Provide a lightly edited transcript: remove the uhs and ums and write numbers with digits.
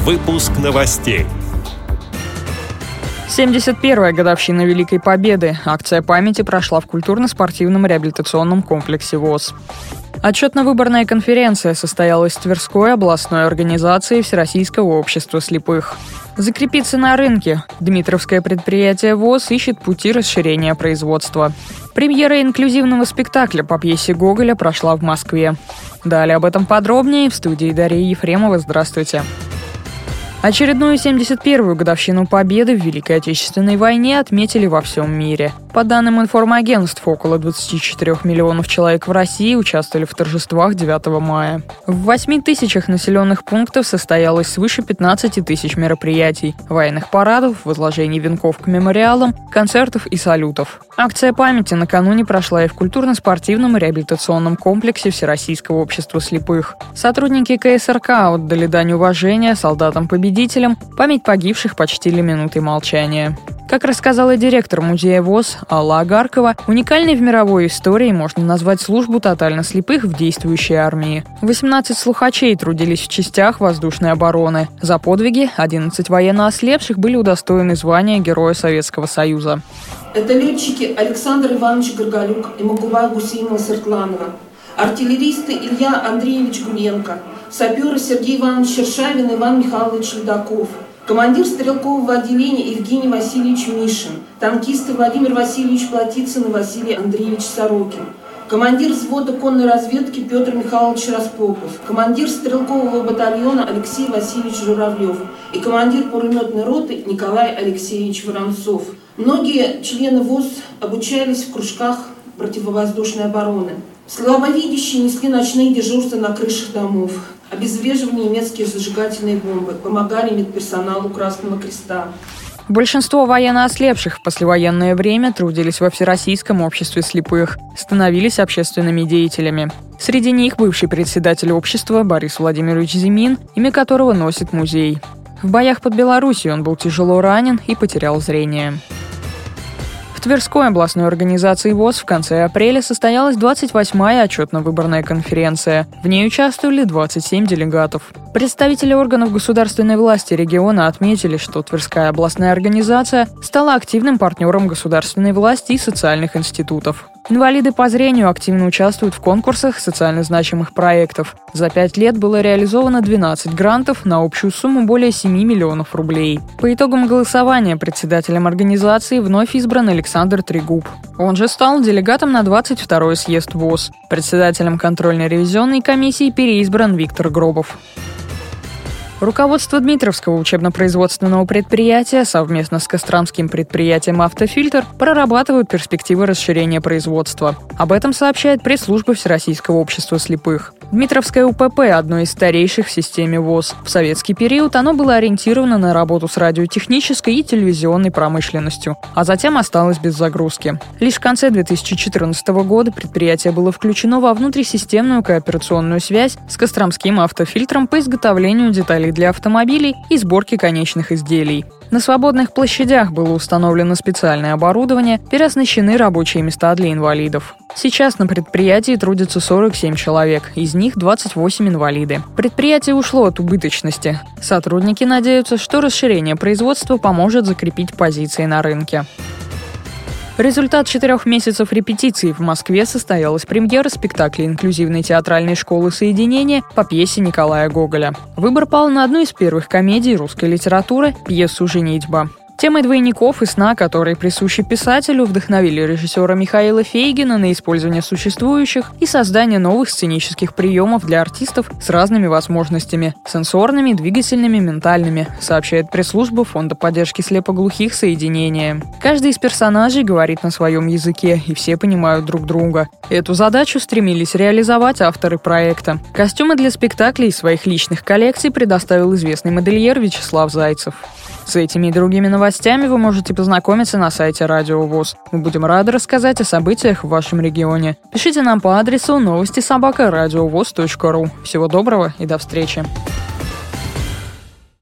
Выпуск новостей. 71-я годовщина Великой Победы. Акция памяти прошла в культурно-спортивном реабилитационном комплексе ВОС. Отчетно-выборная конференция состоялась в Тверской областной организации Всероссийского общества слепых. Закрепиться на рынке. Дмитровское предприятие ВОС ищет пути расширения производства. Премьера инклюзивного спектакля по пьесе Гоголя прошла в Москве. Далее об этом подробнее в студии Дарья Ефремова. Здравствуйте. Очередную 71-ю годовщину Победы в Великой Отечественной войне отметили во всем мире. По данным информагентств, около 24 миллионов человек в России участвовали в торжествах 9 мая. В 8 тысячах населенных пунктов состоялось свыше 15 тысяч мероприятий, военных парадов, возложений венков к мемориалам, концертов и салютов. Акция памяти накануне прошла и в культурно-спортивном реабилитационном комплексе Всероссийского общества слепых. Сотрудники КСРК отдали дань уважения солдатам-победителям, память погибших почтили минутой молчания. Как рассказала директор музея ВОС Алла Агаркова, уникальной в мировой истории можно назвать службу тотально слепых в действующей армии. 18 слухачей трудились в частях воздушной обороны. За подвиги 11 военноослепших были удостоены звания Героя Советского Союза. Это летчики Александр Иванович Горголюк и Магуба Гусейнова Сыртланова, артиллеристы Илья Андреевич Гуленко, саперы Сергей Иванович Шершавин и Иван Михайлович Ледаков, командир стрелкового отделения Евгений Васильевич Мишин, танкисты Владимир Васильевич Платицын и Василий Андреевич Сорокин, командир взвода конной разведки Петр Михайлович Распопов, командир стрелкового батальона Алексей Васильевич Журавлев и командир пулеметной роты Николай Алексеевич Воронцов. Многие члены ВОС обучались в кружках противовоздушной обороны. Слабовидящие несли ночные дежурства на крышах домов, обезвреживали немецкие зажигательные бомбы, помогали медперсоналу Красного Креста. Большинство военноослепших в послевоенное время трудились во Всероссийском обществе слепых, становились общественными деятелями. Среди них бывший председатель общества Борис Владимирович Зимин, имя которого носит музей. В боях под Белоруссией он был тяжело ранен и потерял зрение. В Тверской областной организации ВОС в конце апреля состоялась 28-я отчетно-выборная конференция. В ней участвовали 27 делегатов. Представители органов государственной власти региона отметили, что Тверская областная организация стала активным партнером государственной власти и социальных институтов. Инвалиды по зрению активно участвуют в конкурсах социально значимых проектов. За 5 лет было реализовано 12 грантов на общую сумму более 7 миллионов рублей. По итогам голосования председателем организации вновь избран Александр Трегуб. Он же стал делегатом на 22-й съезд ВОС. Председателем контрольно-ревизионной комиссии переизбран Виктор Гробов. Руководство Дмитровского учебно-производственного предприятия совместно с костромским предприятием «Автофильтр» прорабатывают перспективы расширения производства. Об этом сообщает пресс-служба Всероссийского общества слепых. Дмитровское УПП – одно из старейших в системе ВОС. В советский период оно было ориентировано на работу с радиотехнической и телевизионной промышленностью, а затем осталось без загрузки. Лишь в конце 2014 года предприятие было включено во внутрисистемную кооперационную связь с костромским «Автофильтром» по изготовлению деталей для автомобилей и сборки конечных изделий. На свободных площадях было установлено специальное оборудование, переоснащены рабочие места для инвалидов. Сейчас на предприятии трудятся 47 человек, из них 28 инвалиды. Предприятие ушло от убыточности. Сотрудники надеются, что расширение производства поможет закрепить позиции на рынке. Результат 4 месяцев репетиций в Москве состоялась премьера спектакля инклюзивной театральной школы соединения по пьесе Николая Гоголя. Выбор пал на одну из первых комедий русской литературы – пьесу «Женитьба». Темы двойников и сна, которые присущи писателю, вдохновили режиссера Михаила Фейгина на использование существующих и создание новых сценических приемов для артистов с разными возможностями – сенсорными, двигательными, ментальными, сообщает пресс-служба Фонда поддержки слепоглухих «Соединение». Каждый из персонажей говорит на своем языке, и все понимают друг друга. Эту задачу стремились реализовать авторы проекта. Костюмы для спектаклей из своих личных коллекций предоставил известный модельер Вячеслав Зайцев. С этими и другими новостями вы можете познакомиться на сайте Радио ВОС. Мы будем рады рассказать о событиях в вашем регионе. Пишите нам по адресу новости@радиовос.ру. Всего доброго и до встречи.